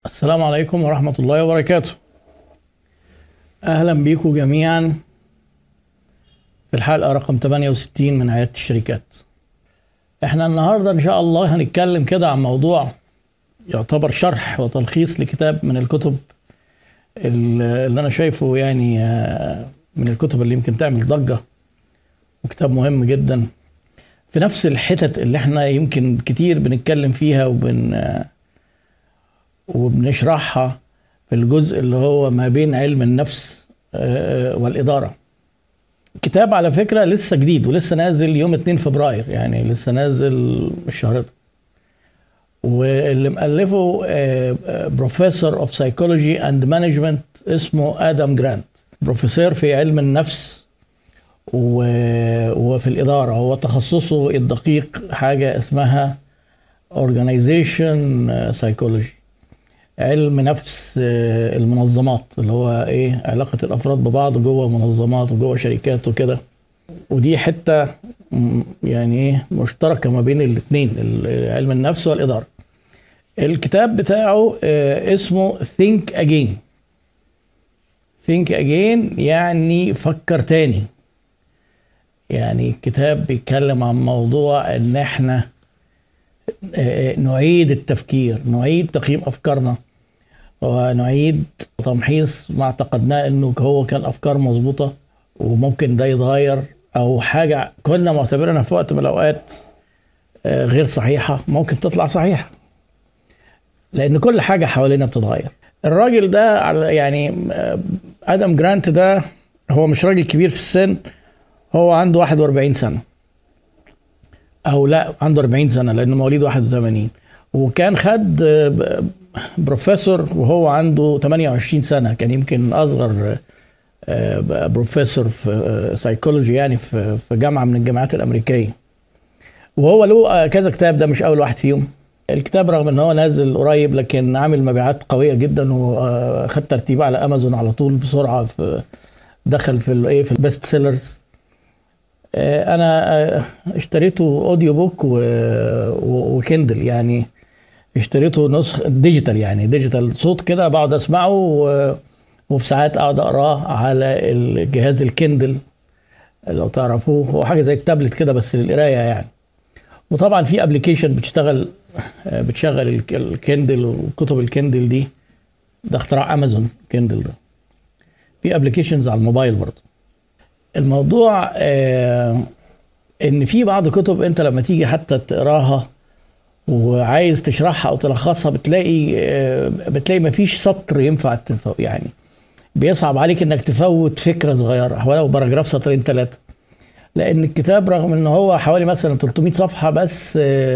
السلام عليكم ورحمة الله وبركاته. أهلا بيكم جميعا في الحلقة رقم 68 من عيادة الشركات. احنا النهاردة إن شاء الله هنتكلم كده عن موضوع يعتبر شرح وتلخيص لكتاب من الكتب اللي أنا شايفه يعني من الكتب اللي يمكن تعمل ضجة، وكتاب مهم جدا في نفس الحتت اللي احنا يمكن كتير بنتكلم فيها وبنشرحها في الجزء اللي هو ما بين علم النفس والإدارة. كتاب على فكرة لسه جديد ولسه نازل يوم 2 فبراير، يعني لسه نازل الشهر ده، واللي مؤلفه بروفيسور اوف سايكولوجي اند مانجمنت اسمه آدم جرانت، بروفيسور في علم النفس وفي الإدارة. هو تخصصه الدقيق حاجة اسمها Organization Psychology، علم نفس المنظمات، اللي هو ايه علاقة الافراد ببعض جوه منظمات وجوه شركات وكده. ودي حتة يعني ايه مشتركة ما بين الاثنين، علم النفس والإدارة. الكتاب بتاعه اسمه Think Again. Think Again يعني فكر تاني. يعني الكتاب بيتكلم عن موضوع ان احنا نعيد التفكير، نعيد تقييم افكارنا، ونعيد تمحيص ما اعتقدناه انه هو كان افكار مظبوطه وممكن ده يتغير، او حاجه كنا معتبرينها في وقت من الاوقات غير صحيحه ممكن تطلع صحيحه، لان كل حاجه حوالينا بتتغير. الراجل ده يعني آدم جرانت ده هو مش راجل كبير في السن، هو عنده 41 سنه، او لا عنده 40 سنه لانه مواليد 81، وكان خد بروفيسور وهو عنده 28 سنه، كان يمكن اصغر بروفيسور في سايكولوجي يعني في جامعه من الجامعات الامريكيه. وهو له كذا كتاب، ده مش اول واحد فيهم. الكتاب رغم ان هو نازل قريب لكن عامل مبيعات قويه جدا، وخد ترتيب على امازون على طول بسرعه، دخل في البيست سيلرز. انا اشتريته اوديو بوك وكندل، يعني اشتريته نسخ ديجيتال، يعني ديجيتال صوت كده بقعد اسمعه، وفي ساعات اقعد اقراه على الجهاز الكندل لو تعرفوه، هو حاجه زي التابلت كده بس للقرايه يعني. وطبعا في ابلكيشن بتشغل الكندل وكتب الكندل دي، ده اختراع امازون كندل ده. في ابلكيشنز على الموبايل برضه. الموضوع ان في بعض كتب انت لما تيجي حتى تقراها وعايز تشرحها او تلخصها بتلاقي مفيش سطر ينفع يعني بيصعب عليك انك تفوت فكرة صغيرة ولو باراجراف سطرين 3، لان الكتاب رغم ان هو حوالي مثلا 300 صفحة بس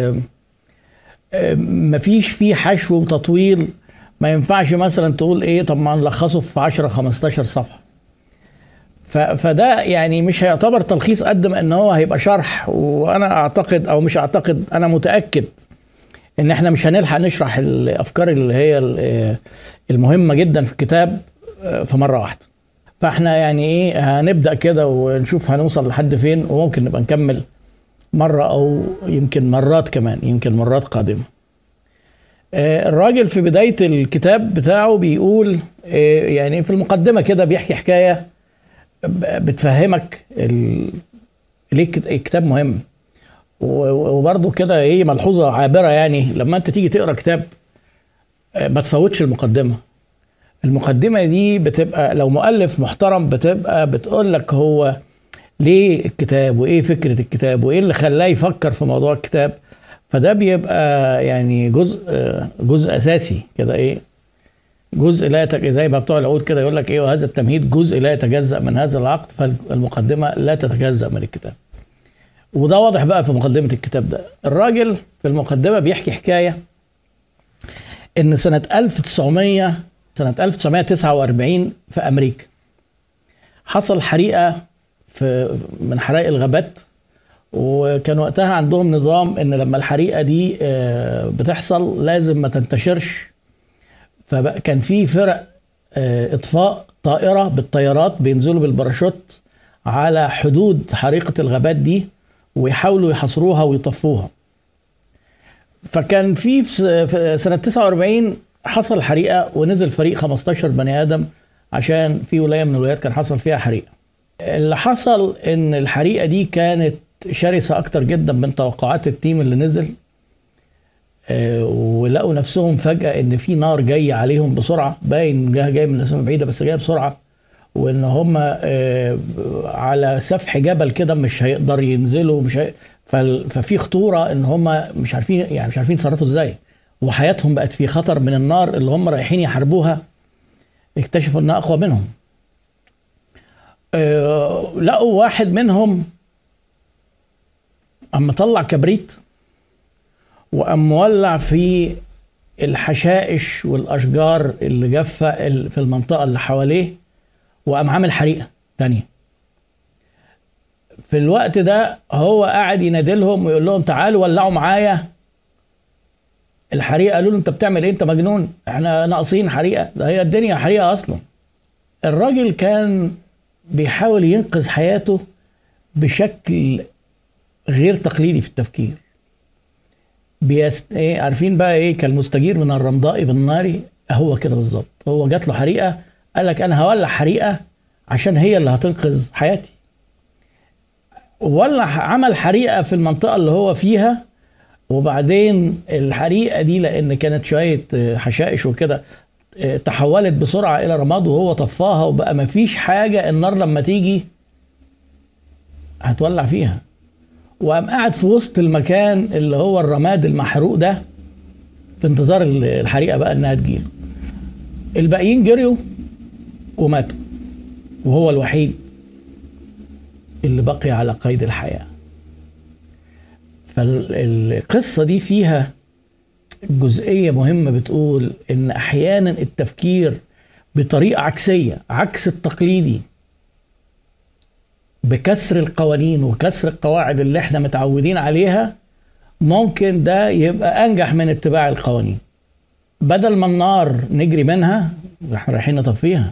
مفيش فيه حشو وتطويل. ما ينفعش مثلا تقول ايه طب ما نلخصه في 10 15 صفحة، فده يعني مش هيعتبر تلخيص قد ما ان هو هيبقى شرح. وانا اعتقد او مش اعتقد، انا متأكد ان احنا مش هنلحق نشرح الافكار اللي هي المهمة جدا في الكتاب في مرة واحدة. فاحنا يعني ايه هنبدأ كده ونشوف هنوصل لحد فين، وممكن نبقى نكمل مرة او يمكن مرات كمان، يمكن مرات قادمة. الراجل في بداية الكتاب بتاعه بيقول يعني في المقدمة كده بيحكي حكاية بتفهمك ليه الكتاب مهم. وبرضه كده ايه ملحوظة عابرة، يعني لما انت تيجي تقرأ كتاب ما تفوتش المقدمة. المقدمة دي بتبقى لو مؤلف محترم بتبقى بتقول لك هو ليه الكتاب، وايه فكرة الكتاب، وايه اللي خلاه يفكر في موضوع الكتاب. فده بيبقى يعني جزء اساسي كده، ايه جزء لا زي ما بتوع العقود كده يقول لك ايه، وهذا التمهيد جزء لا يتجزأ من هذا العقد، فالمقدمة لا تتجزأ من الكتاب. وده واضح بقى في مقدمة الكتاب ده. الراجل في المقدمة بيحكي حكاية ان سنة 1949 في امريكا حصل حريقة من حرائق الغابات، وكان وقتها عندهم نظام ان لما الحريقة دي بتحصل لازم ما تنتشرش. فكان في فرق اطفاء طائرة بالطيارات بينزلوا بالباراشوت على حدود حريقة الغابات دي ويحاولوا يحصروها ويطفوها. فكان في سنة 49 حصل حريقة ونزل فريق 15 بني آدم عشان في ولاية من الولايات كان حصل فيها حريقة. اللي حصل ان الحريقة دي كانت شرسة اكتر جدا من توقعات التيم اللي نزل، ولقوا نفسهم فجأة ان في نار جاية عليهم بسرعة، باين جاي من مسافة بعيدة بس جاية بسرعة، وان هم على سفح جبل كده مش هيقدر ينزلوا، ففي خطورة ان هم مش عارفين يتصرفوا ازاي، وحياتهم بقت في خطر من النار اللي هم رايحين يحاربوها. اكتشفوا انها اقوى منهم. لقوا واحد منهم اما طلع كبريت وقام مولع في الحشائش والاشجار اللي جافه في المنطقه اللي حواليه، وقام عامل حريقه تانية. في الوقت ده هو قاعد ينادلهم ويقول لهم تعالوا ولعوا معايا الحريقه. قالوا له انت بتعمل ايه؟ انت مجنون، احنا ناقصين حريقه، ده هي الدنيا حريقه اصلا. الراجل كان بيحاول ينقذ حياته بشكل غير تقليدي في التفكير. عارفين بقى ايه كالمستجير من الرمضاء بالنار؟ هو كده بالظبط. هو جات له حريقه، قال لك انا هولع حريقه عشان هي اللي هتنقذ حياتي. ولع، عمل حريقه في المنطقه اللي هو فيها، وبعدين الحريقه دي لان كانت شويه حشائش وكده تحولت بسرعه الى رماد، وهو طفاها وبقى ما فيش حاجه النار لما تيجي هتولع فيها. وقام قاعد في وسط المكان اللي هو الرماد المحروق ده في انتظار الحريقه بقى انها تجيله. الباقيين جريوا وماتوا، وهو الوحيد اللي بقي على قيد الحياه. فالقصه دي فيها جزئيه مهمه بتقول ان احيانا التفكير بطريقه عكسيه، عكس التقليدي، بكسر القوانين وكسر القواعد اللي احنا متعودين عليها، ممكن ده يبقى انجح من اتباع القوانين. بدل ما النار نجري منها احنا رايحين نطفيها.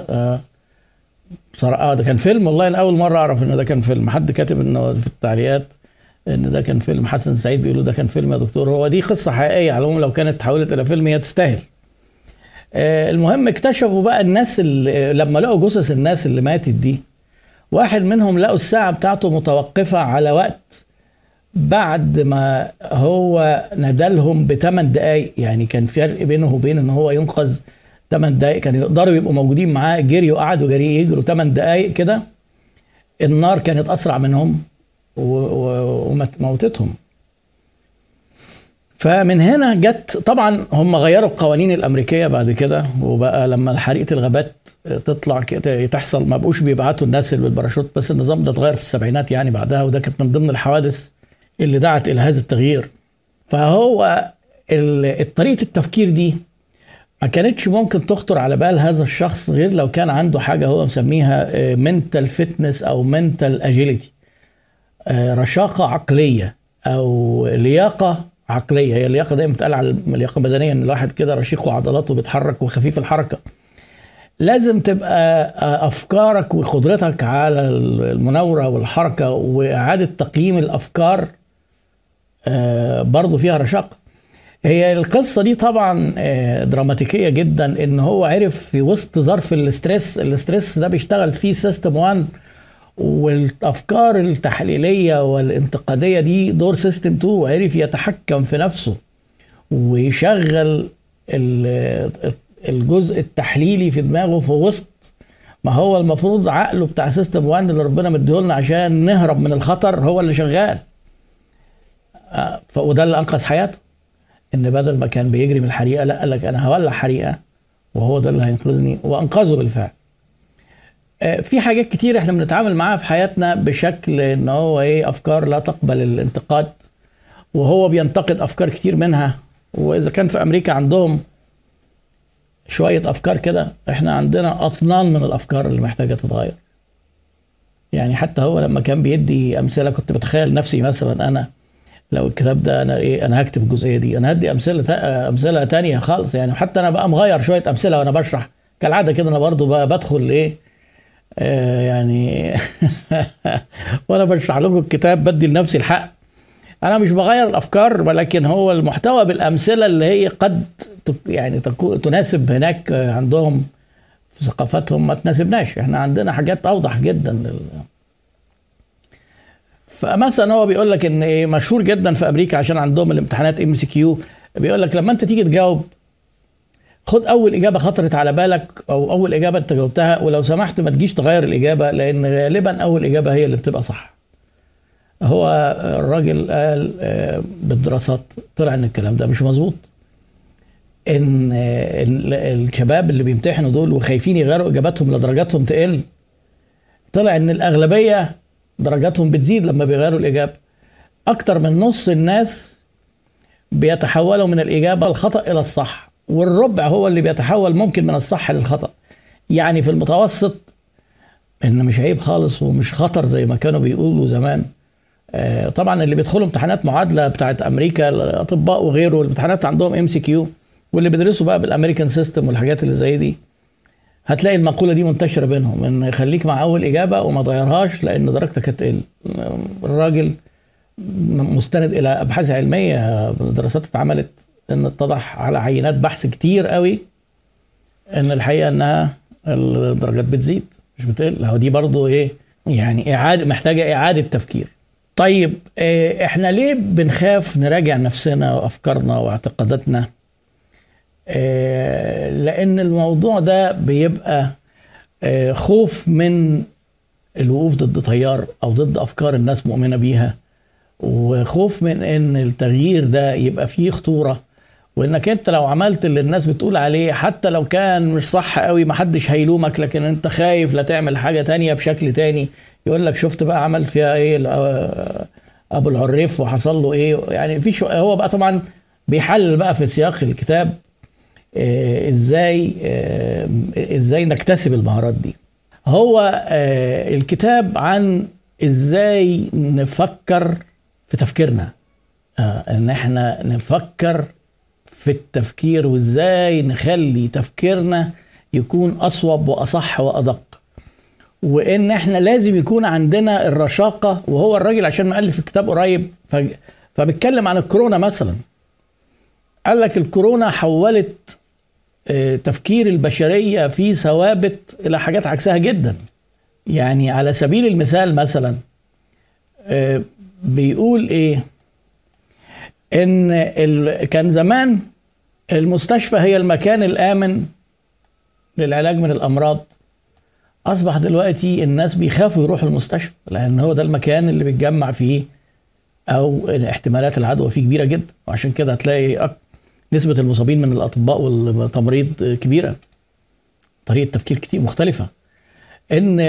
بصراحه ده كان فيلم، والله انا اول مره اعرف ان ده كان فيلم. حد كاتب انه في التعليقات ان ده كان فيلم، حسن سعيد بيقولوا ده كان فيلم يا دكتور. هو دي قصه حقيقيه، على العموم لو كانت تحولت الى فيلم هي تستاهل. المهم اكتشفوا بقى الناس اللي لما لقوا جثث الناس اللي ماتت دي، واحد منهم لقوا الساعة بتاعته متوقفة على وقت بعد ما هو ندلهم ب8 دقايق. يعني كان فرق بينه وبين ان هو ينقذ 8 دقايق، كانوا يقدروا يبقوا موجودين معاه. جريوا قعدوا يجروا 8 دقايق كده، النار كانت اسرع منهم وموتتهم. فمن هنا جت طبعا هم غيروا القوانين الامريكيه بعد كده، وبقى لما حريقه الغابات تطلع تحصل ما بقوش بيبعتوا الناس اللي بالباراشوت، بس النظام ده اتغير في السبعينات يعني بعدها، وده كانت من ضمن الحوادث اللي دعت الى هذا التغيير. فهو طريقه التفكير دي ما كانتش ممكن تخطر على بال هذا الشخص غير لو كان عنده حاجه هو مسميها منتال فيتنس او منتال اجيليتي، رشاقه عقليه او لياقه عقليه. هي اللياقه دايما بتقال على اللياقه البدنيه ان الواحد كده رشيق وعضلاته بيتحرك وخفيف الحركه. لازم تبقى افكارك وقدرتك على المناوره والحركه واعاده تقييم الافكار برضو فيها رشاقه. هي القصه دي طبعا دراماتيكيه جدا، ان هو عرف في وسط ظرف الاسترس ده بيشتغل فيه سيستم 1، والافكار التحليليه والانتقاديه دي دور سيستم 2، وعرف يتحكم في نفسه ويشغل الجزء التحليلي في دماغه في وسط ما هو المفروض عقله بتاع سيستم 1 اللي ربنا مديهولنا عشان نهرب من الخطر هو اللي شغال. وده اللي انقذ حياته، ان بدل ما كان بيجري من الحريقه لا قال لك انا هولع حريقه وهو ده اللي هينقذني، وانقذه بالفعل. في حاجات كتير احنا بنتعامل معاها في حياتنا بشكل ان هو افكار لا تقبل الانتقاد، وهو بينتقد افكار كتير منها. واذا كان في امريكا عندهم شوية افكار كده، احنا عندنا اطنان من الافكار اللي محتاجة تتغير. يعني حتى هو لما كان بيدي امثلة كنت بتخيل نفسي مثلا انا لو الكتاب ده انا هكتب الجزئية دي، انا هدي امثلة تانية خالص. يعني حتى انا بقى مغير شوية امثلة وانا بشرح كالعادة كده. انا برضو بقى بدخل يعني وانا بشرح لكم الكتاب بدي لنفسي الحق انا مش بغير الافكار، ولكن هو المحتوى بالامثله اللي هي قد يعني تناسب هناك عندهم في ثقافتهم، ما تناسبناش. احنا عندنا حاجات اوضح جدا. فمثلا هو بيقول لك ان مشهور جدا في امريكا عشان عندهم الامتحانات MCQ، بيقول لك لما انت تيجي تجاوب خد اول اجابه خطرت على بالك او اول اجابه انت جاوبتها، ولو سمحت ما تجيش تغير الاجابه، لان غالبا اول اجابه هي اللي بتبقى صح. هو الراجل قال بالدراسات طلع ان الكلام ده مش مظبوط، ان الشباب اللي بيمتحنوا دول وخايفين يغيروا اجاباتهم لدرجاتهم تقل، طلع ان الاغلبيه درجاتهم بتزيد لما بيغيروا الاجابه. اكتر من نص الناس بيتحولوا من الاجابه الخطا الى الصح، والربع هو اللي بيتحول ممكن من الصح للخطا. يعني في المتوسط ان مش عيب خالص ومش خطر زي ما كانوا بيقولوا زمان. طبعا اللي بيدخلوا امتحانات معادله بتاعت امريكا الاطباء وغيره، الامتحانات عندهم MCQ، واللي بيدرسوا بقى بالامريكان سيستم والحاجات اللي زي دي، هتلاقي المقوله دي منتشره بينهم، ان خليك مع اول اجابه وما تغيرهاش لان درجتك هتقل. الراجل مستند الى ابحاث علميه، دراسات اتعملت ان اتضح على عينات بحث كتير قوي ان الحقيقه انها الدرجات بتزيد مش بتقل. هو دي برضو يعني محتاجه اعاده تفكير. طيب احنا ليه بنخاف نراجع نفسنا وافكارنا واعتقاداتنا؟ لان الموضوع ده بيبقى خوف من الوقوف ضد تيار او ضد افكار الناس مؤمنه بيها، وخوف من ان التغيير ده يبقى فيه خطوره، وانك انت لو عملت اللي الناس بتقول عليه حتى لو كان مش صح قوي محدش هيلومك، لكن انت خايف لا تعمل حاجه تانية بشكل تاني، يقول لك شفت بقى عمل فيها ايه ابو العريف وحصل له ايه. يعني في هو بقى طبعا بيحلل بقى في سياق الكتاب ازاي نكتسب المهارات دي. هو الكتاب عن ازاي نفكر في تفكيرنا، ان احنا نفكر في التفكير وازاي نخلي تفكيرنا يكون اصوب واصح وادق، وان احنا لازم يكون عندنا الرشاقة. وهو الراجل عشان مؤلف الكتاب قريب فبيتكلم عن الكورونا مثلا، قال لك الكورونا حولت تفكير البشرية في ثوابت إلى حاجات عكسها جدا. يعني على سبيل المثال مثلا بيقول إن كان زمان المستشفى هي المكان الآمن للعلاج من الأمراض، أصبح دلوقتي الناس بيخافوا يروحوا المستشفى لأن هو ده المكان اللي بيتجمع فيه أو احتمالات العدوى فيه كبيرة جدا، وعشان كده هتلاقي نسبة المصابين من الأطباء والتمريض كبيرة. طريقة تفكير كتير مختلفة. إن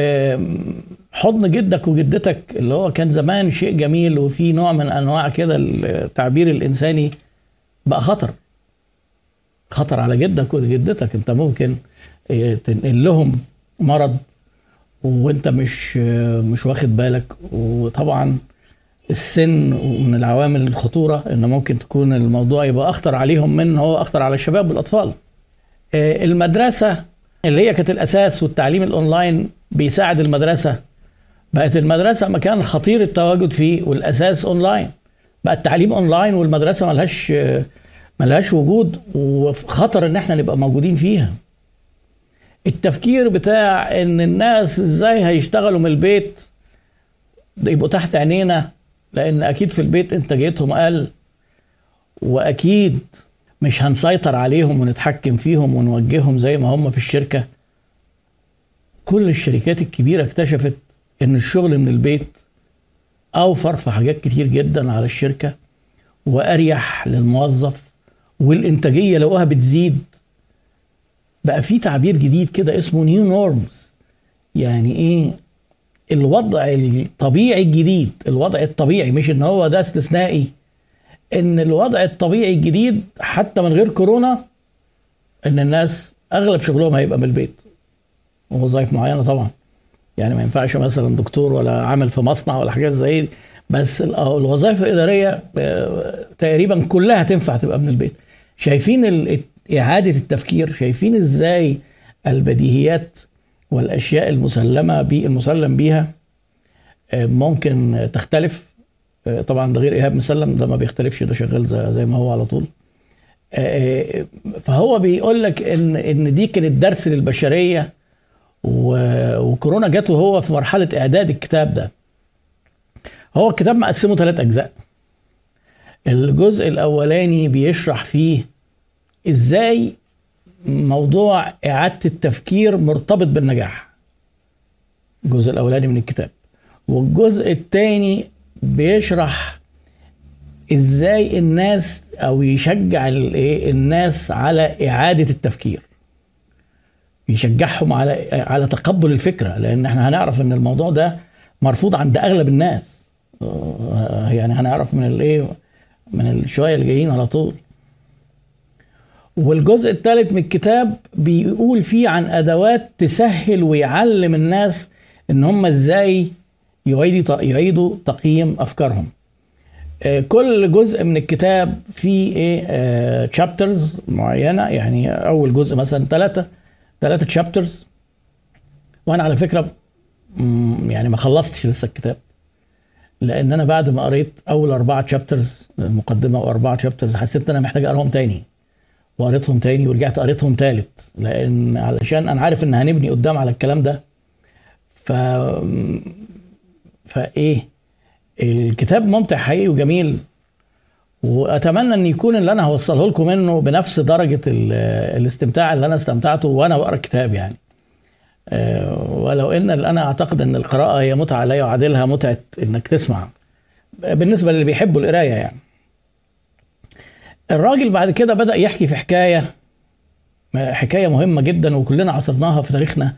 حضن جدك وجدتك اللي هو كان زمان شيء جميل وفي نوع من أنواع كده التعبير الإنساني، بقى خطر على جدك وجدتك. أنت ممكن تنقل لهم مرض وأنت مش واخد بالك. وطبعا السن ومن العوامل الخطورة ان ممكن تكون الموضوع يبقى اخطر عليهم من هو اخطر على الشباب والاطفال. المدرسة اللي هي كانت الاساس والتعليم الاونلاين بيساعد المدرسة، بقت المدرسة مكان خطير التواجد فيه والاساس اونلاين، بقى التعليم اونلاين والمدرسة ملهاش وجود وخطر ان احنا نبقى موجودين فيها. التفكير بتاع ان الناس ازاي هيشتغلوا من البيت يبقوا تحت عينينا، لان اكيد في البيت انتاجيتهم اقل، واكيد مش هنسيطر عليهم ونتحكم فيهم ونوجههم زي ما هم في الشركة. كل الشركات الكبيرة اكتشفت ان الشغل من البيت اوفر في حاجات كتير جدا على الشركة واريح للموظف، والانتاجية لقوها بتزيد. بقى في تعبير جديد كده اسمه نيو نورمز، يعني الوضع الطبيعي الجديد. الوضع الطبيعي مش ان هو ده استثنائي، ان الوضع الطبيعي الجديد حتى من غير كورونا ان الناس اغلب شغلهم هيبقى من البيت، ووظائف معينة طبعا. يعني ما ينفعش مثلا دكتور ولا عامل في مصنع ولا حاجات زي دي، بس الوظائف الإدارية تقريبا كلها تنفع تبقى من البيت. شايفين إعادة التفكير، شايفين ازاي البديهيات والأشياء المسلم بيها ممكن تختلف طبعا ده غير ايهاب مسلم، ده ما بيختلفش، ده شغال زي ما هو على طول. فهو بيقول لك ان دي كانت درس للبشريه، وكورونا جت وهو في مرحله اعداد الكتاب ده. هو الكتاب مقسمه 3 أجزاء. الجزء الاولاني بيشرح فيه ازاي موضوع اعاده التفكير مرتبط بالنجاح، الجزء الاولاني من الكتاب. والجزء الثاني بيشرح ازاي الناس او يشجع الناس على اعاده التفكير، يشجعهم على تقبل الفكره، لان احنا هنعرف ان الموضوع ده مرفوض عند اغلب الناس. يعني هنعرف من الشويه اللي جايين على طول. والجزء الثالث من الكتاب بيقول فيه عن ادوات تسهل ويعلم الناس ان هم ازاي يعيدوا تقييم افكارهم. كل جزء من الكتاب فيه تشابترز معينه، يعني اول جزء مثلا 3 تشابترز. وانا على فكره يعني ما خلصتش لسه الكتاب، لان انا بعد ما قريت اول 4 تشابترز المقدمه و4 تشابترز حسيت ان انا محتاج اقراهم تاني، وقريتهم تاني ورجعت قريتهم تالت، لان علشان انا عارف ان هنبني قدام على الكلام ده. الكتاب ممتع حقيقي وجميل، واتمنى ان يكون اللي انا هوصله لكم منه بنفس درجه الاستمتاع اللي انا استمتعته وانا بقرا الكتاب يعني. ولو ان انا اعتقد ان القراءه هي متعه لا يعادلها متعه انك تسمع، بالنسبه للي بيحبوا القرايه يعني. الراجل بعد كده بدأ يحكي في حكايه مهمه جدا وكلنا عاصرناها في تاريخنا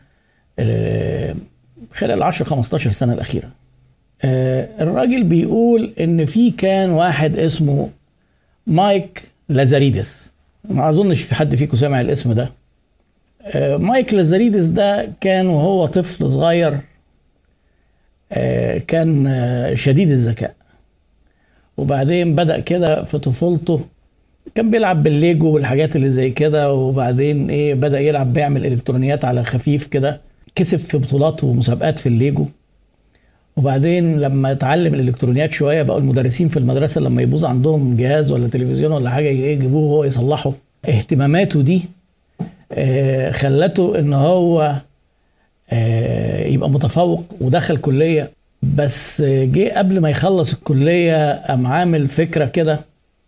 خلال 10-15 سنه الاخيره. الراجل بيقول ان كان واحد اسمه مايك لازاريدس. ما اظنش في حد فيكم سمع الاسم ده. مايك لازاريدس ده كان وهو طفل صغير كان شديد الذكاء، وبعدين بدأ كده في طفولته كان بيلعب بالليجو والحاجات اللي زي كده، وبعدين بدأ يلعب بيعمل الكترونيات على خفيف كده، كسب في بطولات ومسابقات في الليجو. وبعدين لما اتعلم الالكترونيات شويه بقوا المدرسين في المدرسه لما يبوظ عندهم جهاز ولا تلفزيون ولا حاجه يجيبوه وهو يصلحه. اهتماماته دي خلته ان هو يبقى متفوق ودخل كليه. بس جه قبل ما يخلص الكليه قام عامل فكره كده،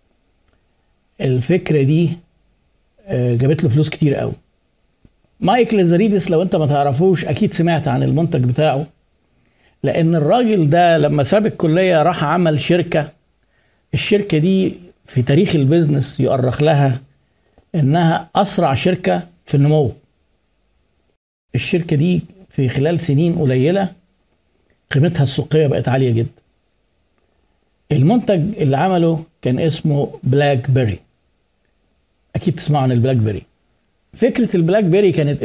الفكره دي جابت له فلوس كتير قوي. مايك لازاريدس لو انت ما تعرفوش اكيد سمعت عن المنتج بتاعه، لان الراجل ده لما ساب الكليه راح عمل الشركه دي في تاريخ البيزنس يؤرخ لها انها اسرع شركه في النمو. الشركه دي في خلال سنين قليله قيمتها السوقيه بقت عاليه جدا. المنتج اللي عمله كان اسمه بلاك بيري، اكيد تسمعوا عن البلاك بيري. فكره البلاك بيري كانت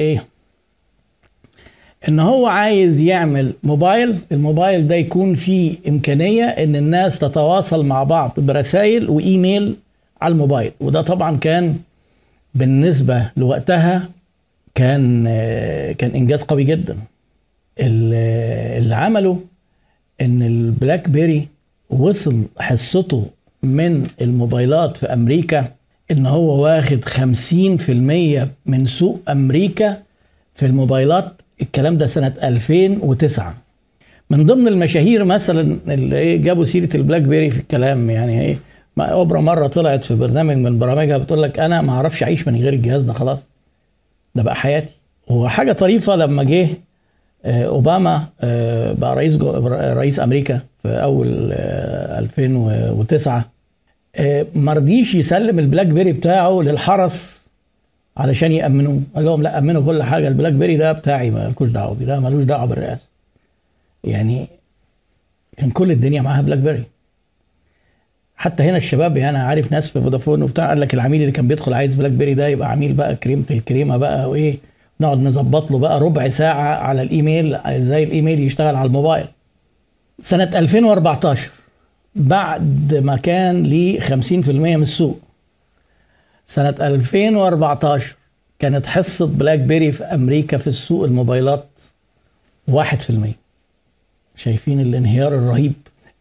ان هو عايز يعمل الموبايل ده يكون فيه امكانيه ان الناس تتواصل مع بعض برسائل وايميل على الموبايل. وده طبعا كان بالنسبه لوقتها كان انجاز قوي جدا. اللي عمله ان البلاك بيري وصل حصته من الموبايلات في امريكا ان هو واخد 50% من سوق امريكا في الموبايلات. الكلام ده سنة 2009. من ضمن المشاهير مثلا اللي جابوا سيرة البلاك بيري في الكلام، يعني أوبرا مرة طلعت في برنامج من برامجها بتقول لك أنا ما أعرفش أعيش من غير الجهاز ده، خلاص ده بقى حياتي. وحاجة طريفة لما جه أوباما بقى رئيس أمريكا في أول 2009 مرضيش يسلم البلاك بيري بتاعه للحرس علشان يأمنوه. قال لهم لا، أمنوا كل حاجة، البلاك بيري ده بتاعي مالكوش دعوة بيه، ده مالوش دعوة بالرئاسة. يعني كان كل الدنيا معاها بلاك بيري. حتى هنا الشباب، يعني عارف ناس في فودافون وبتاع قال لك العميل اللي كان بيدخل عايز بلاك بيري ده يبقى عميل بقى كريمة الكريمة بقى، وايه نقعد نظبط له بقى ربع ساعة على الإيميل زي الإيميل يشتغل على الموبايل. سنة 2014 بعد ما كان ليه 50% من السوق، سنة 2014 كانت حصة بلاك بيري في أمريكا في السوق الموبايلات 1%. شايفين الانهيار الرهيب؟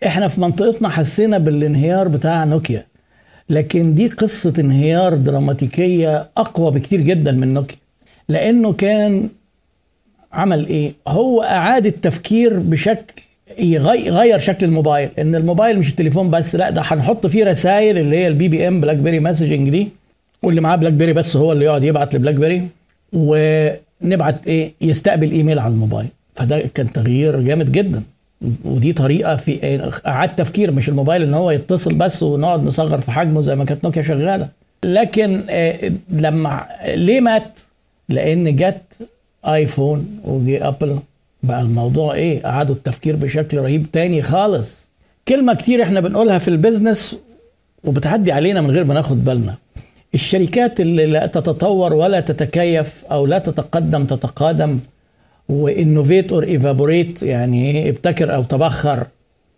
احنا في منطقتنا حسينا بالانهيار بتاع نوكيا، لكن دي قصة انهيار دراماتيكية اقوى بكتير جدا من نوكيا. لانه كان عمل ايه؟ هو اعاد التفكير بشكل يغير شكل الموبايل. ان الموبايل مش التليفون بس، لا ده هنحط فيه رسائل اللي هي البي بي ام، بلاك بيري مسجنج دي، واللي معاه بلاك بيري بس هو اللي يقعد يبعت لبلاك بيري، ونبعت ايه؟ يستقبل ايميل على الموبايل. فده كان تغيير جامد جدا، ودي طريقه في اعاده تفكير، مش الموبايل ان هو يتصل بس ونقعد نصغر في حجمه زي ما كانت نوكيا شغاله. لكن لما ليه مات؟ لان جت ايفون وجي ابل، بقى الموضوع ايه؟ اعادوا التفكير بشكل رهيب تاني خالص. كلمه كتير احنا بنقولها في البيزنس وبتعدي علينا من غير ما ناخد بالنا: الشركات اللي لا تتطور ولا تتكيف او لا تتقدم تتقادم، وانوفيت اور ايفابوريت، يعني ايه؟ ابتكر او تبخر.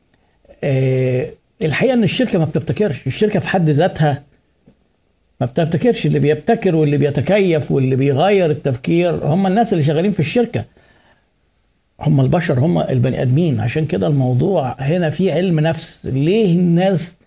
الحقيقه ان الشركه ما بتبتكرش، الشركه في حد ذاتها ما بتبتكرش. اللي بيبتكر واللي بيتكيف واللي بيغير التفكير هم الناس اللي شغالين في الشركه، هم البشر، هم البني ادمين. عشان كده الموضوع هنا فيه علم نفس. ليه الناس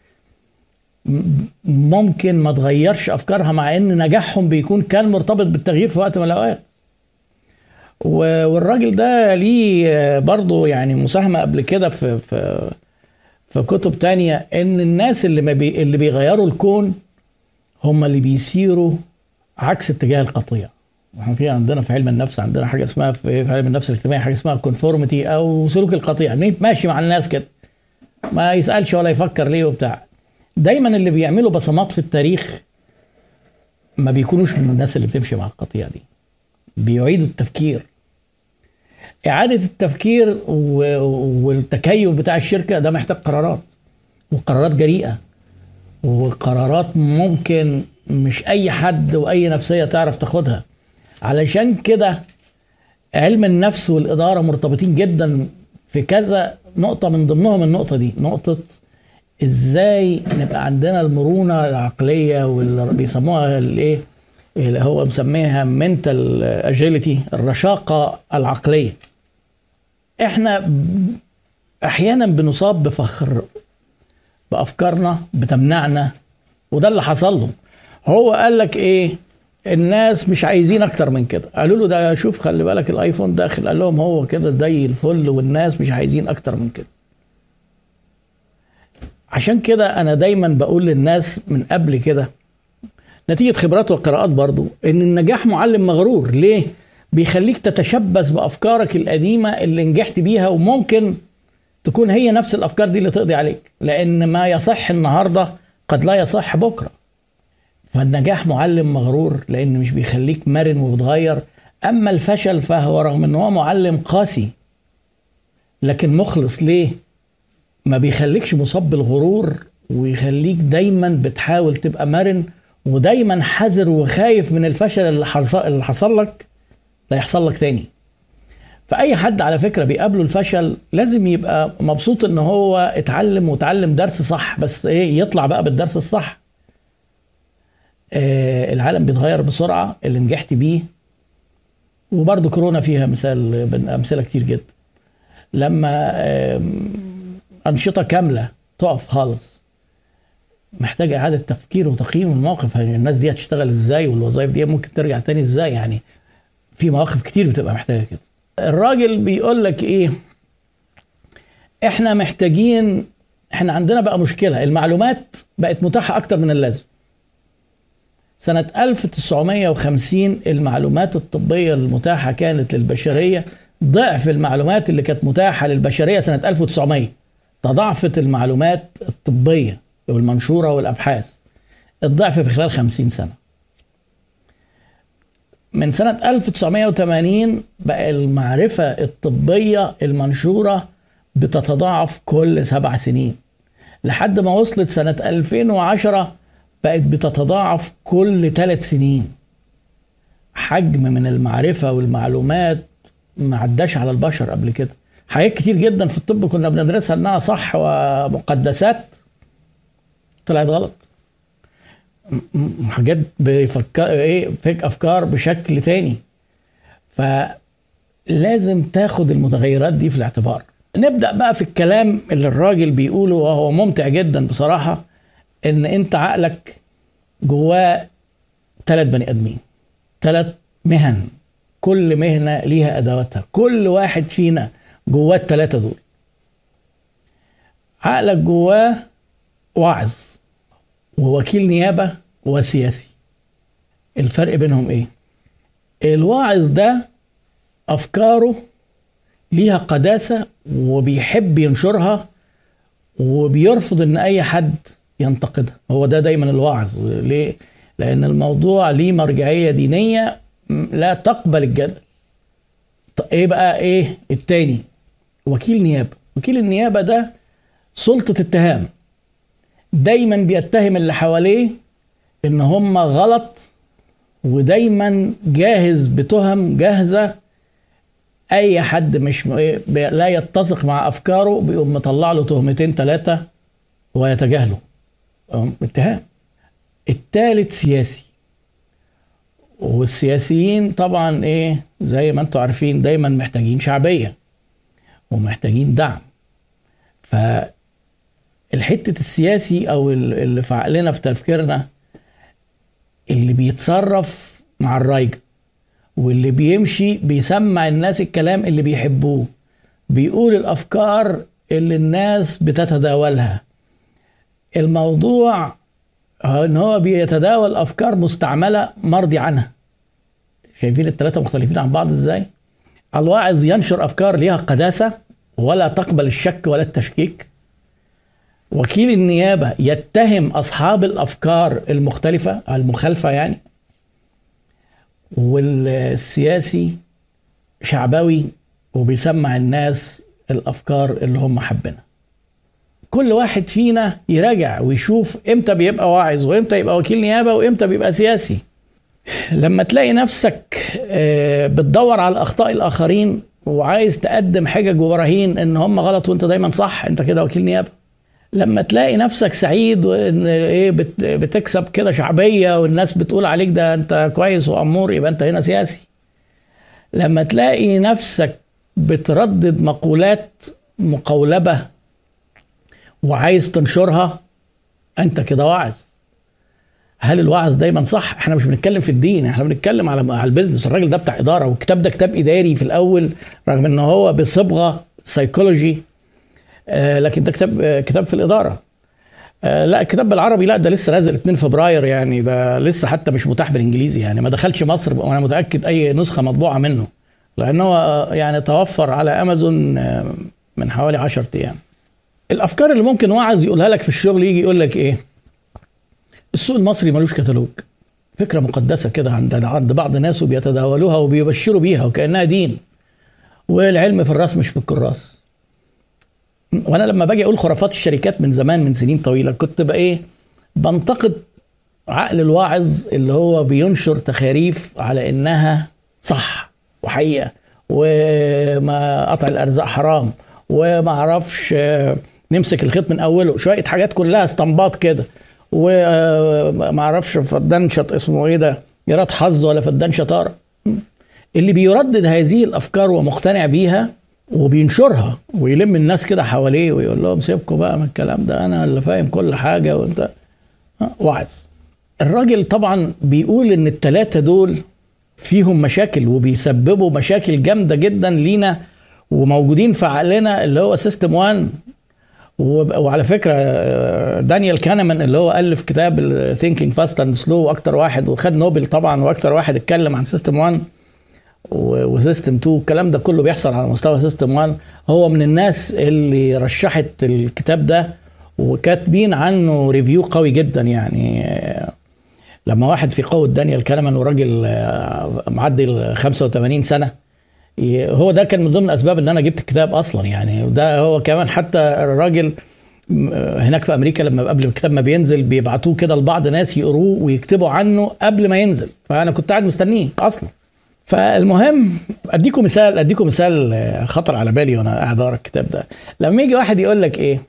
ممكن ما تغيرش افكارها مع ان نجاحهم بيكون كان مرتبط بالتغيير في وقت من الاوقات؟ والراجل ده ليه برضه يعني مساهمه قبل كده في كتب تانية، ان الناس اللي بيغيروا الكون هم اللي بيسيروا عكس اتجاه القطيع. احنا في عندنا في علم النفس عندنا حاجه اسمها في علم النفس الاجتماعي حاجه اسمها كونفورميتي او سلوك القطيع، ماشي مع الناس كده ما يسالش ولا يفكر ليه وبتاع. دايما اللي بيعملوا بصمات في التاريخ ما بيكونوش من الناس اللي بتمشي مع القطيع دي، بيعيدوا التفكير. إعادة التفكير والتكيف بتاع الشركة ده محتاج قرارات، وقرارات جريئة، وقرارات ممكن مش أي حد وأي نفسية تعرف تاخدها. علشان كده علم النفس والإدارة مرتبطين جدا في كذا نقطة، من ضمنهم النقطة دي، نقطة إزاي نبقى عندنا المرونة العقلية واللي بيسموها الإيه اللي هو مسميها mental agility، الرشاقة العقلية. احنا احيانا بنصاب بفخر بافكارنا بتمنعنا، وده اللي حصل له. هو قال لك ايه؟ الناس مش عايزين اكتر من كده. قالوا له ده شوف خلي بالك الايفون داخل، قال لهم هو كده زي الفل والناس مش عايزين اكتر من كده. عشان كده انا دايما بقول للناس من قبل كده، نتيجة خبرات وقراءات برضو، ان النجاح معلم مغرور. ليه؟ بيخليك تتشبث بافكارك القديمة اللي نجحت بيها، وممكن تكون هي نفس الافكار دي اللي تقضي عليك، لان ما يصح النهاردة قد لا يصح بكرة. فالنجاح معلم مغرور لان مش بيخليك مرن وبتغير. اما الفشل فهو رغم ان هو معلم قاسي لكن مخلص. ليه؟ ما بيخليكش مصاب بالغرور، ويخليك دايما بتحاول تبقى مرن، ودايما حذر وخايف من الفشل اللي حصل لك لا يحصل لك تاني. فأي حد على فكرة بيقابله الفشل لازم يبقى مبسوط ان هو اتعلم وتعلم درس صح، بس ايه؟ يطلع بقى بالدرس الصح. العالم بيتغير بسرعة اللي نجحت بيه، وبرضه كورونا فيها أمثلة كتير جدا. لما أنشطة كاملة تقف خالص محتاج إعادة تفكير وتقييم الموقف. الناس دي هتشتغل إزاي؟ والوظائف دي ممكن ترجع تاني إزاي؟ يعني في مواقف كتير بتبقى محتاجة كده. الراجل بيقول لك إيه؟ إحنا محتاجين، إحنا عندنا بقى مشكلة، المعلومات بقت متاحة أكتر من اللازم. سنة 1950 المعلومات الطبية المتاحة كانت للبشرية ضعف المعلومات اللي كانت متاحة للبشرية سنة 1900. تضاعفت المعلومات الطبية والمنشورة والأبحاث الضعف في خلال 50 سنة. من سنة 1980 بقى المعرفة الطبية المنشورة بتتضاعف كل 7 سنين، لحد ما وصلت سنة 2010 بقت بتتضاعف كل 3 سنين. حجم من المعرفة والمعلومات ما عداش على البشر قبل كده. حاجات كتير جدا في الطب كنا بندرسها انها صح ومقدسات طلعت غلط. حاجات فيك افكار بشكل تاني. فلازم تاخد المتغيرات دي في الاعتبار. نبدأ بقى في الكلام اللي الراجل بيقوله وهو ممتع جدا بصراحة، ان انت عقلك جواه 3 بني ادمين، 3 مهن، كل مهنة ليها ادواتها، كل واحد فينا جواه ال3 دول. عقلك جواه واعظ ووكيل نيابة وسياسي. الفرق بينهم ايه؟ الواعظ ده افكاره ليها قداسة وبيحب ينشرها وبيرفض ان اي حد ينتقدها. هو ده دايما الواعظ. ليه؟ لان الموضوع ليه مرجعية دينية لا تقبل الجدل. ايه بقى ايه التاني؟ وكيل نيابة. وكيل النيابة ده سلطة اتهام، دايما بيتهم اللي حواليه ان هم غلط، ودايما جاهز بتهم جاهزة. اي حد مش لا يتسق مع افكاره بيقوم مطلع له 2 3 ويتجاهله. اتهام. الثالث سياسي. والسياسيين طبعا ايه زي ما انتم عارفين دايما محتاجين شعبية ومحتاجين دعم. فالحتة السياسي او اللي في عقلنا في تفكيرنا اللي بيتصرف مع الرايجة واللي بيمشي بيسمع الناس الكلام اللي بيحبوه، بيقول الافكار اللي الناس بتتداولها. الموضوع ان هو بيتداول افكار مستعملة مرضي عنها. شايفين ال3 مختلفين عن بعض ازاي؟ الواعظ ينشر افكار ليها قداسة ولا تقبل الشك ولا التشكيك. وكيل النيابة يتهم اصحاب الافكار المختلفة المخالفة يعني. والسياسي شعبوي وبيسمع الناس الافكار اللي هم حابينها. كل واحد فينا يراجع ويشوف امتى بيبقى واعظ وامتى يبقى وكيل نيابة وامتى بيبقى سياسي. لما تلاقي نفسك بتدور على اخطاء الاخرين وعايز تقدم حجج وبراهين ان هم غلط وانت دايما صح، انت كده وكيل نيابة. لما تلاقي نفسك سعيد وان ايه بتكسب كده شعبية والناس بتقول عليك ده انت كويس وامور، يبقى انت هنا سياسي. لما تلاقي نفسك بتردد مقولات مقولبة وعايز تنشرها، انت كده واعظ. هل الوعظ دايما صح؟ احنا مش بنتكلم في الدين، احنا بنتكلم على البيزنس. الراجل ده بتاع اداره، والكتاب ده كتاب اداري في الاول رغم ان هو بصبغه سيكولوجي، لكن ده كتاب في الاداره. لا الكتاب بالعربي لا، ده لسه نازل 2 فبراير يعني، ده لسه حتى مش متاح بالانجليزي يعني، ما دخلش مصر وانا متاكد اي نسخه مطبوعه منه، لانه يعني توفر على امازون من حوالي 10 ايام. الافكار اللي ممكن واعظ يقولها لك في الشغل، يجي يقول لك ايه؟ السوق المصري ملوش كتالوج. فكره مقدسه كده عند بعض الناس وبيتداولوها وبيبشروا بيها وكانها دين، والعلم في الراس مش في الكراس. وانا لما باجي اقول خرافات الشركات من زمان من سنين طويله، كنت بقى ايه؟ بنتقد عقل الواعظ اللي هو بينشر تخاريف على انها صح وحقيقه، وما قطع الارزاق حرام، وما اعرفش نمسك الخيط من اوله، شويه حاجات كلها استنباط كده، وما اعرفش فدان شط اسمه ايه ده، يراد حظ ولا فدان شطاره. اللي بيردد هذه الافكار ومقتنع بيها وبينشرها ويلم الناس كده حواليه ويقول لهم سيبكوا بقى من الكلام ده، انا اللي فاهم كل حاجه وانت واعظ. الراجل طبعا بيقول ان ال3 دول فيهم مشاكل وبيسببوا مشاكل جامده جدا لينا وموجودين في عقلنا، اللي هو سيستم 1. وعلى فكره دانيال كانمان اللي هو الف كتاب Thinking Fast and Slow، واكتر واحد وخد نوبل طبعا، واكتر واحد اتكلم عن سيستم 1 وسيستم 2، الكلام ده كله بيحصل على مستوى سيستم 1. هو من الناس اللي رشحت الكتاب ده وكاتبين عنه ريفيو قوي جدا يعني. لما واحد في قوة دانيال كانمان وراجل معدي 85 سنة، هو ده كان من ضمن الأسباب ان انا جبت الكتاب اصلا يعني. ده هو كمان حتى الراجل هناك في امريكا لما قبل الكتاب ما بينزل بيبعتوه كده لبعض ناس يقروه ويكتبوا عنه قبل ما ينزل، فانا كنت قاعد مستنيه اصلا. فالمهم اديكم مثال خطر على بالي وانا قاعد اقرا الكتاب ده. لما يجي واحد يقول لك ايه،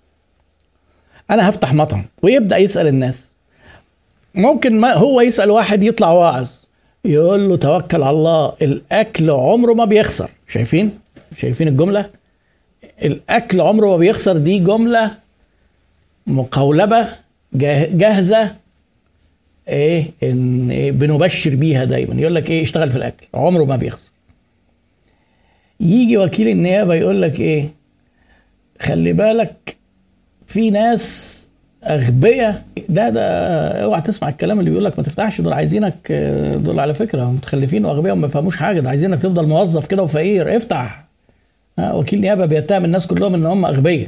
انا هفتح مطعم، ويبدا يسال الناس، ممكن ما هو يسال واحد يطلع واعظ يقول له توكل على الله، الاكل عمره ما بيخسر. شايفين الجمله؟ الاكل عمره ما بيخسر، دي جمله مقولبه جاهزه، ايه ان إيه بنبشر بيها دايما. يقول لك ايه، اشتغل في الاكل عمره ما بيخسر. يجي وكيل النيابه يقول لك ايه، خلي بالك في ناس اغبياء. ده اوعى تسمع الكلام اللي بيقول لك ما تفتحش، دول عايزينك، دول على فكره متخلفين واغبياء وما يفهموش حاجه، ده عايزينك تفضل موظف كده وفقير، افتح. وكيل نيابه بيتهم الناس كلهم ان هم اغبياء.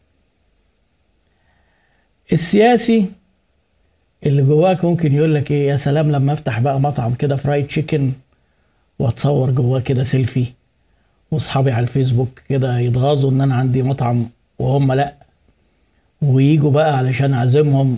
السياسي اللي جواك ممكن يقول لك ايه، يا سلام لما افتح بقى مطعم كده فرايد تشيكن واتصور جواه كده سيلفي، واصحابي على الفيسبوك كده يتغاظوا ان انا عندي مطعم وهم لا، ويجوا بقى علشان اعزمهم،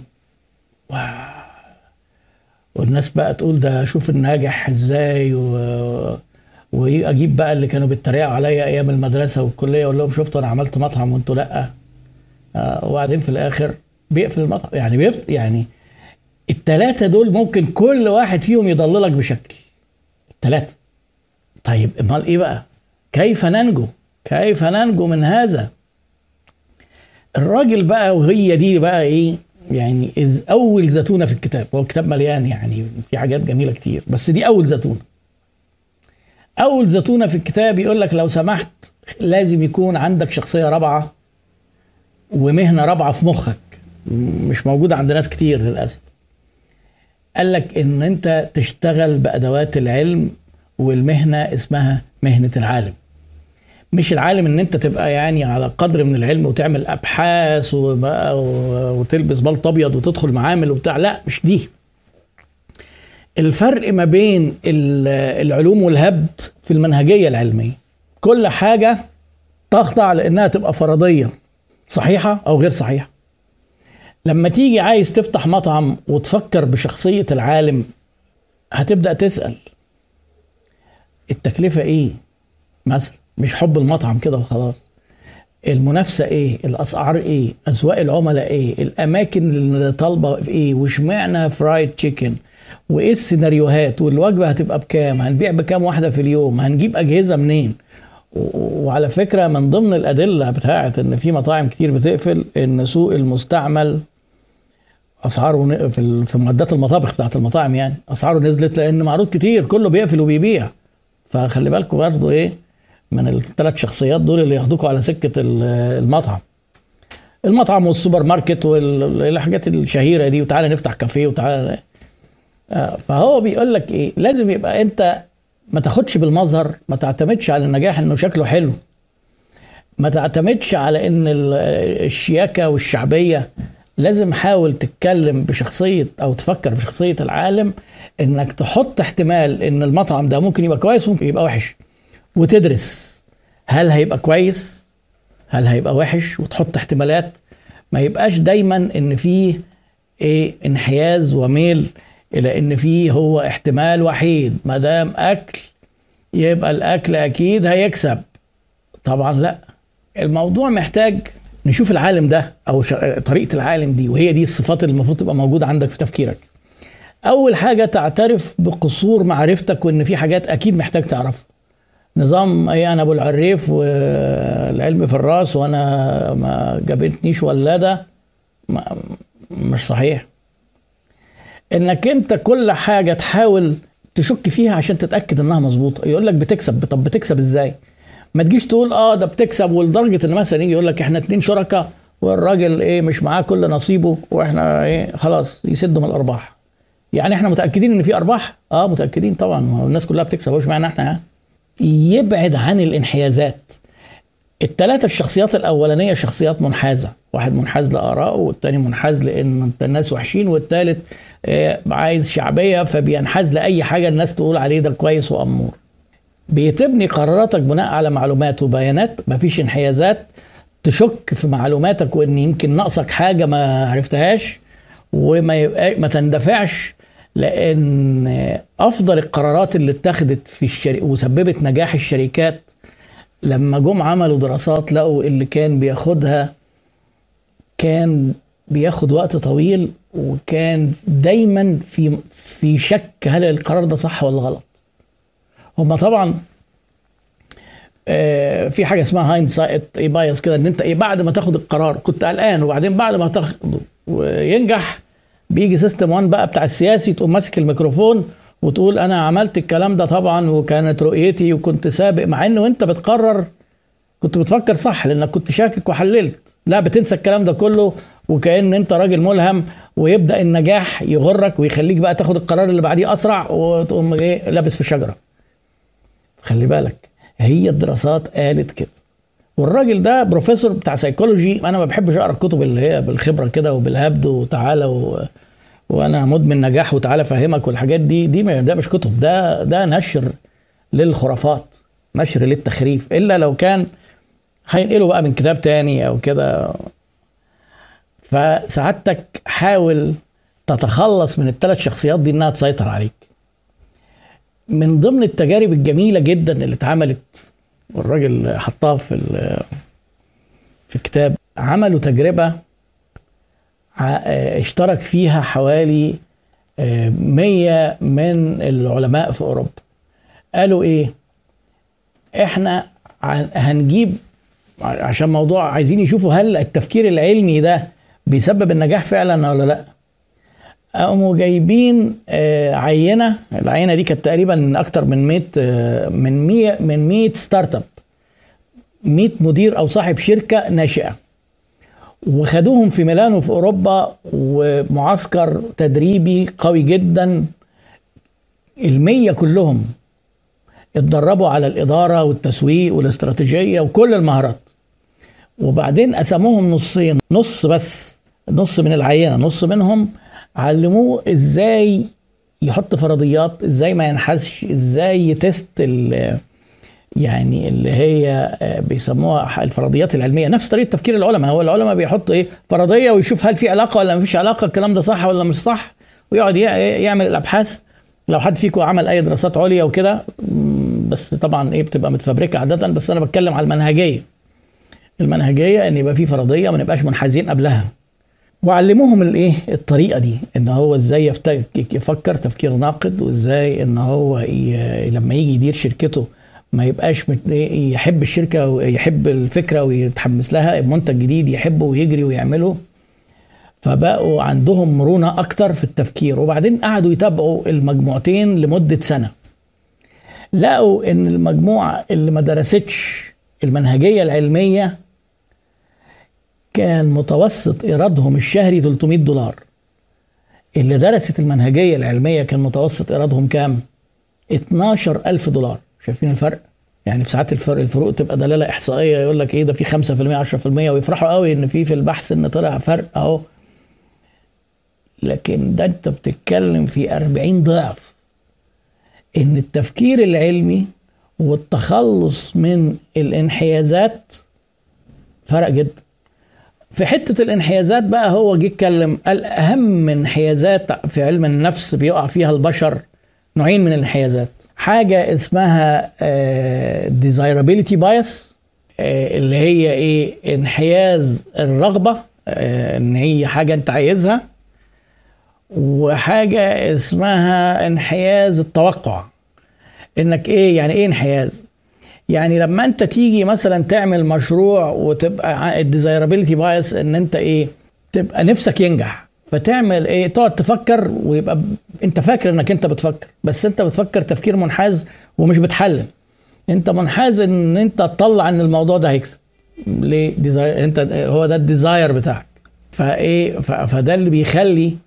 والناس بقى تقول ده شوف الناجح ازاي، واجيب بقى اللي كانوا بيتريقوا عليا ايام المدرسه والكليه اقول لهم شفتوا انا عملت مطعم وانتوا لا. وبعدين في الاخر بيقفل المطعم. يعني الثلاثه دول ممكن كل واحد فيهم يضللك بشكل، الثلاثه. طيب امال ايه بقى، كيف ننجو من هذا؟ الراجل بقى، وهي دي بقى ايه يعني اول زتونه في الكتاب. هو الكتاب مليان يعني في حاجات جميله كتير، بس دي اول زتونه في الكتاب. يقول لك لو سمحت لازم يكون عندك شخصيه رابعه ومهنه رابعه في مخك، مش موجوده عند ناس كتير للاسف. قال لك ان انت تشتغل بادوات العلم، والمهنه اسمها مهنه العالم. مش العالم ان انت تبقى يعني على قدر من العلم وتعمل ابحاث وتلبس بلط ابيض وتدخل معامل وبتاع، لا مش دي. الفرق ما بين العلوم والهبد في المنهجيه العلميه. كل حاجه تخضع لانها تبقى فرضيه صحيحه او غير صحيحه. لما تيجي عايز تفتح مطعم وتفكر بشخصيه العالم، هتبدا تسال التكلفه ايه مثلا، مش حب المطعم كده وخلاص. المنافسه ايه، الاسعار ايه، اذواق العملاء ايه، الاماكن اللي طالبه ايه، واشمعنى فرايد تشيكن، وايه السيناريوهات، والوجبه هتبقى بكام، هنبيع بكام واحده في اليوم، هنجيب اجهزه منين. وعلى فكره من ضمن الادله بتاعه ان في مطاعم كتير بتقفل، ان سوق المستعمل اسعاره في معدات المطابخ بتاعت المطاعم يعني اسعاره نزلت، لان معروض كتير كله بيقفل وبيبيع. فخلي بالكم برضه ايه من الثلاث شخصيات دول اللي ياخدوكوا على سكه المطعم والسوبر ماركت والحاجات الشهيره دي، وتعالى نفتح كافيه وتعالى. فهو بيقول لك ايه، لازم يبقى انت ما تاخدش بالمظهر، ما تعتمدش على النجاح انه شكله حلو، ما تعتمدش على ان الشياكه والشعبيه. لازم حاول تتكلم بشخصيه او تفكر بشخصيه العالم، انك تحط احتمال ان المطعم ده ممكن يبقى كويس وممكن يبقى وحش، وتدرس هل هيبقى كويس هل هيبقى وحش، وتحط احتمالات. ما يبقاش دايما ان فيه ايه انحياز وميل الى ان فيه هو احتمال وحيد، ما دام اكل يبقى الاكل اكيد هيكسب. طبعا لا، الموضوع محتاج نشوف العالم ده او طريقة العالم دي، وهي دي الصفات اللي المفروض تبقى موجودة عندك في تفكيرك. اول حاجة تعترف بقصور معرفتك، وان في حاجات اكيد محتاج تعرفها. نظام ايه، انا ابو العريف والعلم في الراس وانا ما جابتنيش ولادة، مش صحيح. انك انت كل حاجة تحاول تشك فيها عشان تتأكد انها مظبوطة. يقول لك بتكسب، طب بتكسب ازاي؟ ما تجيش تقول ده بتكسب، ولدرجة ان مثلا يجي يقول لك احنا 2 شركاء والراجل ايه مش معاه كل نصيبه، واحنا ايه خلاص يسدوا من الارباح. يعني احنا متأكدين ان في ارباح؟ متأكدين طبعا، الناس كلها بتكسب، وش معنى احنا يبعد عن الانحيازات. الثلاثة الشخصيات الأولانية شخصيات منحازة، واحد منحاز لآرائه، والتاني منحاز لأن الناس وحشين، والثالث عايز شعبية فبينحاز لأي حاجة الناس تقول عليه ده كويس وأمور. بتبني قراراتك بناء على معلومات وبيانات، مفيش انحيازات تشك في معلوماتك وإن يمكن ناقصك حاجة ما عرفتهاش، وما تندفعش، لأن أفضل القرارات اللي اتخذت في وسببت نجاح الشركات لما جم عملوا دراسات لقوا اللي كان بياخدها كان بياخد وقت طويل، وكان دايما في شك هل القرار ده صح ولا غلط. هم طبعا في حاجه اسمها هايندسايت بايس كده، ان انت بعد ما تاخد القرار كنت قلقان، وبعدين بعد ما تاخده وينجح بيجي سيستم 1 بقى بتاع السياسي، تقوم ماسك الميكروفون وتقول انا عملت الكلام ده طبعا وكانت رؤيتي وكنت سابق، مع انه انت بتقرر كنت بتفكر صح لانك كنت شاكك وحللت. لا، بتنسى الكلام ده كله وكأن انت راجل ملهم، ويبدأ النجاح يغرك ويخليك بقى تاخد القرار اللي بعديه اسرع، وتقوم لابس في شجرة. خلي بالك، هي الدراسات قالت كده. والراجل ده بروفيسور بتاع سيكولوجي. انا ما بحبش اقرا الكتب اللي هي بالخبره كده وبالهبد وتعالى وانا مدمن نجاح وتعالى افهمك والحاجات دي ده مش كتب، ده نشر للخرافات، نشر للتخريف، الا لو كان هينقله بقى من كتاب تاني او كده. فسعادتك حاول تتخلص من الثلاث شخصيات دي انها تسيطر عليك. من ضمن التجارب الجميله جدا اللي اتعملت والراجل حطها في كتاب، عملوا تجربه اشترك فيها حوالي 100 من العلماء في اوروبا. قالوا ايه؟ احنا هنجيب، عشان موضوع عايزين يشوفوا هل التفكير العلمي ده بيسبب النجاح فعلا ولا لا. قاموا جايبين عينه، العينه دي كانت تقريبا اكتر من 100 ستارت اب، 100 مدير او صاحب شركه ناشئه، وخدوهم في ميلانو في اوروبا ومعسكر تدريبي قوي جدا. 100 كلهم اتدربوا على الاداره والتسويق والاستراتيجيه وكل المهارات، وبعدين قسموهم نصين، نص بس، نص من العينه، نص منهم علموه ازاي يحط فرضيات، ازاي ما ينحسش، ازاي يتست يعني اللي هي بيسموها الفرضيات العلميه، نفس طريقه تفكير العلماء. هو العلماء بيحطوا فرضيه ويشوف هل في علاقه ولا ما فيش علاقه، الكلام ده صح ولا مش صح، ويقعد يعمل الابحاث. لو حد فيكم عمل اي دراسات عليا وكده، بس طبعا بتبقى متفبركه عاده، بس انا بتكلم على المنهجيه ان يبقى في فرضيه ما نبقاش منحازين قبلها. وعلموهم الطريقه دي، ان هو ازاي يفكر تفكير ناقد، وازاي ان هو لما يجي يدير شركته ما يبقاش يحب الشركه ويحب الفكره ويتحمس لها، منتج جديد يحبه ويجري ويعمله. فبقوا عندهم مرونه اكتر في التفكير. وبعدين قعدوا يتابعوا المجموعتين لمده سنه، لقوا ان المجموعه اللي ما درستش المنهجيه العلميه كان متوسط ايرادهم الشهري $300. اللي درست المنهجيه العلميه كان متوسط ايرادهم كام؟ $12,000. شايفين الفرق؟ يعني في ساعات الفروق تبقى دلاله احصائيه، يقول لك ده في 5% 10%، ويفرحوا قوي ان في البحث ان طلع فرق اهو. لكن ده انت بتتكلم في 40 ضعف. ان التفكير العلمي والتخلص من الانحيازات فرق جدا. في حتة الانحيازات بقى هو جه اتكلم، قال اهم انحيازات في علم النفس بيقع فيها البشر نوعين من الانحيازات. حاجة اسمها desirability bias، اللي هي انحياز الرغبة، ان هي حاجة انت عايزها. وحاجة اسمها انحياز التوقع، انك يعني انحياز، يعني لما انت تيجي مثلا تعمل مشروع وتبقى الديزايرابيلتي بايس ان انت تبقى نفسك ينجح، فتعمل تقعد تفكر، ويبقى انت فاكر انك انت بتفكر، بس انت بتفكر تفكير منحاز ومش بتحلل. انت منحاز ان انت تطلع ان الموضوع ده هيكسب. ليه؟ انت هو ده الديزاير بتاعك. فده اللي بيخلي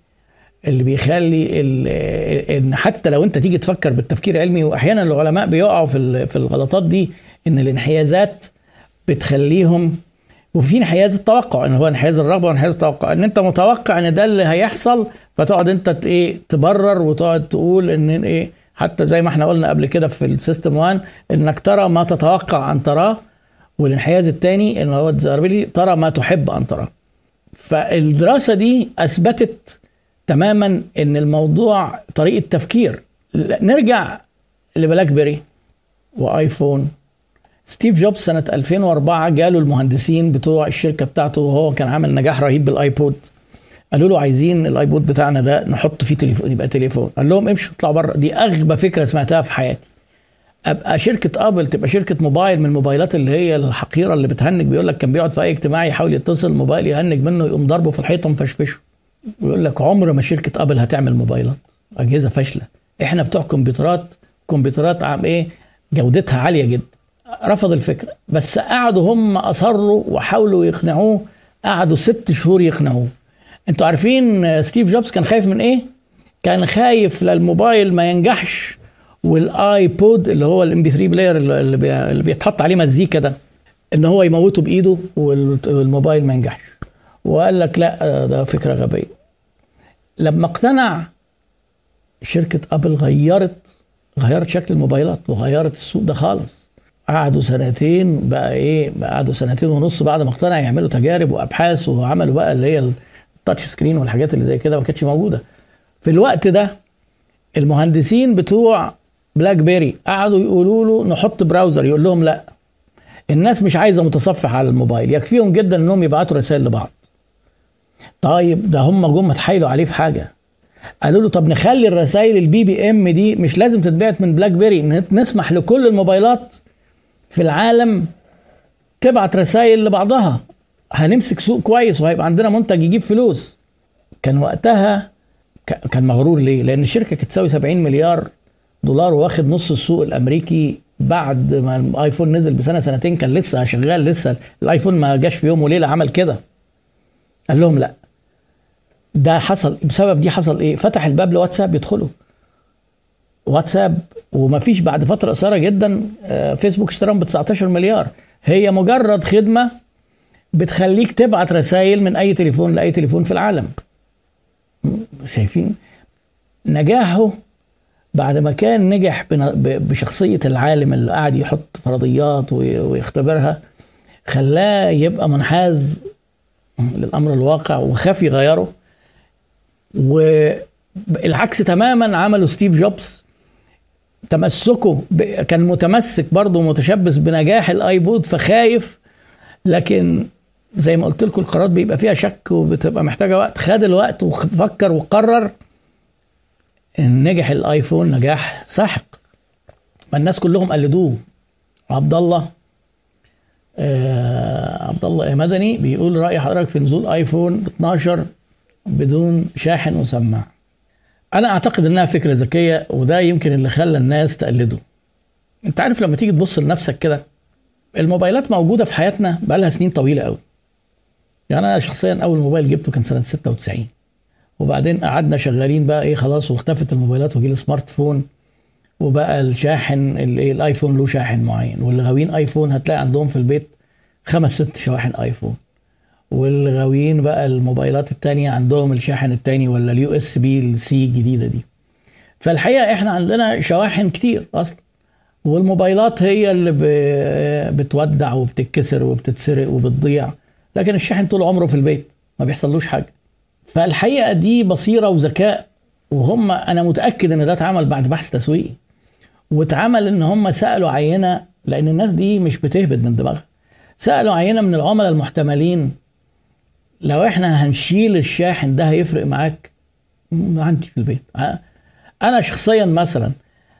ان حتى لو انت تيجي تفكر بالتفكير العلمي، واحيانا العلماء بيقعوا في الغلطات دي، ان الانحيازات بتخليهم. وفي انحياز التوقع، ان هو انحياز الرغبه وانحياز التوقع، ان انت متوقع ان ده اللي هيحصل، فتقعد انت تبرر وتقعد تقول ان حتى زي ما احنا قلنا قبل كده في السيستم 1، انك ترى ما تتوقع ان تراه. والانحياز الثاني ان هو ترى ما تحب ان تراه. فالدراسه دي اثبتت تماما ان الموضوع طريقه تفكير. نرجع لبلاك بيري وايفون. ستيف جوبز سنه 2004 جاله المهندسين بتوع الشركه بتاعته، وهو كان عامل نجاح رهيب بالايبود. قالوا له عايزين الايبود بتاعنا ده نحط فيه تليفون، يبقى تليفون. قال لهم امشوا اطلعوا بره، دي اغبى فكره سمعتها في حياتي. ابقى شركه ابل تبقى شركه موبايل من الموبايلات اللي هي الحقيره اللي بتهنج. بيقول لك كان بيقعد في اي اجتماع يحاول يتصل موبايل يهنج منه يقوم ضربه في الحيطه مفشفشه. بيقول لك عمر ما شركه ابل هتعمل موبايلات، اجهزه فاشله. احنا بتوع كمبيوترات عم ايه جودتها عاليه جدا. رفض الفكره، بس قعدوا هم اصروا وحاولوا يقنعوه، قعدوا 6 شهور يقنعوه. انتوا عارفين ستيف جوبز كان خايف من ايه؟ كان خايف للموبايل ما ينجحش، والايبود اللي هو الام بي 3 بلاير اللي بيتحط عليه مزيكا ده، ان هو يموته بايده والموبايل ما ينجحش. وقال لك لا، ده فكره غبيه. لما اقتنع، شركه ابل غيرت شكل الموبايلات وغيرت السوق ده خالص. قعدوا سنتين قعدوا 2.5 سنين بعد ما اقتنع يعملوا تجارب وابحاث، وعملوا بقى اللي هي التاتش سكرين والحاجات اللي زي كده ما كانتش موجوده في الوقت ده. المهندسين بتوع بلاك بيري قعدوا يقولوا له نحط براوزر، يقول لهم لا، الناس مش عايزه متصفح على الموبايل، يكفيهم جدا انهم يبعتوا رسائل لبعض. طيب ده هم جم اتحايلوا عليه في حاجه، قالوا له طب نخلي الرسائل البي بي ام دي مش لازم تتبعت من بلاك بيري، نسمح لكل الموبايلات في العالم تبعت رسائل لبعضها، هنمسك سوق كويس وهيبقى عندنا منتج يجيب فلوس. كان وقتها كان مغرور ليه؟ لان الشركه كانت تساوي 70 مليار دولار واخد نص السوق الامريكي. بعد ما الايفون نزل بسنه سنتين كان لسه شغال، لسه الايفون ما جاش في يوم وليله عمل كده. قال لهم لا، ده حصل بسبب دي. حصل ايه؟ فتح الباب لواتساب يدخلوا واتساب، وما فيش بعد فتره قصيره جدا فيسبوك اشتراهم ب 19 مليار. هي مجرد خدمه بتخليك تبعت رسائل من اي تليفون لاي تليفون في العالم. شايفين نجاحه بعد ما كان نجح بشخصية العالم اللي قاعد يحط فرضيات ويختبرها، خلاه يبقى منحاز للأمر الواقع وخاف يغيره. والعكس تماما عمله ستيف جوبز، تمسكه كان متمسك برضه متشبث بنجاح الايبود فخايف، لكن زي ما قلت لكم القرارات بيبقى فيها شك وبتبقى محتاجة وقت. خد الوقت وفكر وقرر ان نجح الايفون نجاح ساحق، ما الناس كلهم قلدوه. عبد الله مدني بيقول رأي حضرتك في نزول ايفون 12 بدون شاحن وسماعه. انا اعتقد انها فكره ذكيه، وده يمكن اللي خلى الناس تقلده. انت عارف لما تيجي تبص لنفسك كده، الموبايلات موجوده في حياتنا بقالها سنين طويله قوي. يعني انا شخصيا اول موبايل جبته كان سنه 96، وبعدين قعدنا شغالين بقى ايه خلاص، واختفت الموبايلات وجي السمارت فون، وبقى الشاحن الايفون له شاحن معين. واللي غاويين ايفون هتلاقي عندهم في البيت 5-6 شواحن ايفون. واللي غاويين بقى الموبايلات التانية عندهم الشاحن التاني ولا اليو اس بي السي الجديدة دي. فالحقيقة احنا عندنا شواحن كتير اصلا، والموبايلات هي اللي بتودع وبتتكسر وبتتسرق وبتضيع، لكن الشاحن طول عمره في البيت ما بيحصلوش حاجة. فالحقيقة دي بصيرة وذكاء، وهم انا متأكد ان ده اتعمل بعد بحث تسويقي، واتعمل ان هم سألوا عينة، لان الناس دي مش بتهبد من دماغها. سألوا عينة من العملاء المحتملين، لو احنا هنشيل الشاحن ده هيفرق معاك؟ عندي في البيت انا شخصيا مثلا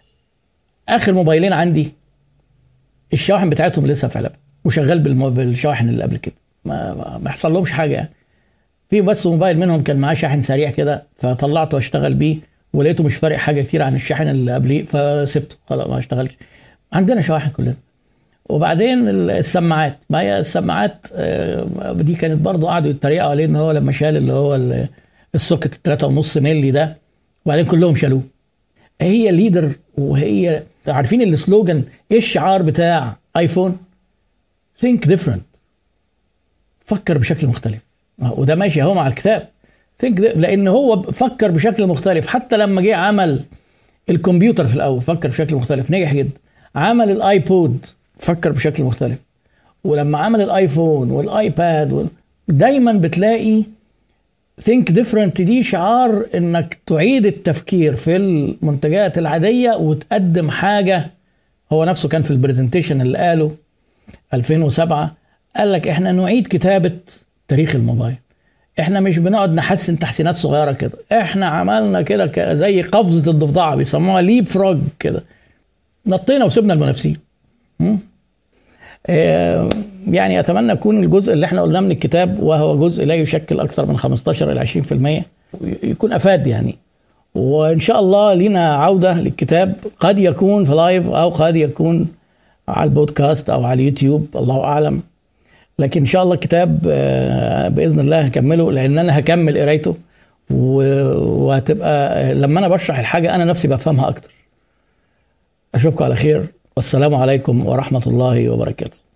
اخر موبايلين عندي الشواحن بتاعتهم لسه في علبة وشغال بالشواحن اللي قبل كده، ما يحصل لهمش حاجة يعني. في بس موبايل منهم كان معاه شاحن سريع كده فطلعته واشتغل بيه، ولقيته مش فارق حاجة كتير عن الشاحن اللي قبليه فسبته خلاص ما اشتغلش. عندنا شواحن كلنا. وبعدين السماعات، ما هي السماعات دي كانت برضو قعدوا يتريقوا عليه ان هو لما شال اللي هو السوكت 3.5 مللي ده، وبعدين كلهم شالوه. هي ليدر، وهي عارفين السلوجان ايه الشعار بتاع ايفون؟ think different، فكر بشكل مختلف. وده ماشي اهو مع الكتاب think لان هو فكر بشكل مختلف. حتى لما جه عمل الكمبيوتر في الاول فكر بشكل مختلف، نجح جدا. عمل الايبود فكر بشكل مختلف، ولما عمل الايفون والايباد دايما بتلاقي think different دي شعار انك تعيد التفكير في المنتجات العادية وتقدم حاجة. هو نفسه كان في البرزنتيشن اللي قاله 2007 قال لك احنا نعيد كتابة تاريخ الموبايل، احنا مش بنقعد نحسن تحسينات صغيرة كده، احنا عملنا كده زي قفزة الضفدعة بيسموها ليب فروج كده، نطينا وسبنا المنافسين. يعني أتمنى يكون الجزء اللي احنا قلناه من الكتاب، وهو جزء لا يشكل أكثر من 15 إلى 20%، يكون أفاد يعني. وإن شاء الله لنا عودة للكتاب، قد يكون في لايف أو قد يكون على البودكاست أو على اليوتيوب، الله أعلم. لكن إن شاء الله الكتاب بإذن الله هكمله، لأن أنا هكمل قرايته، وهتبقى لما أنا بشرح الحاجة أنا نفسي بفهمها أكتر. أشوفكم على خير، والسلام عليكم ورحمة الله وبركاته.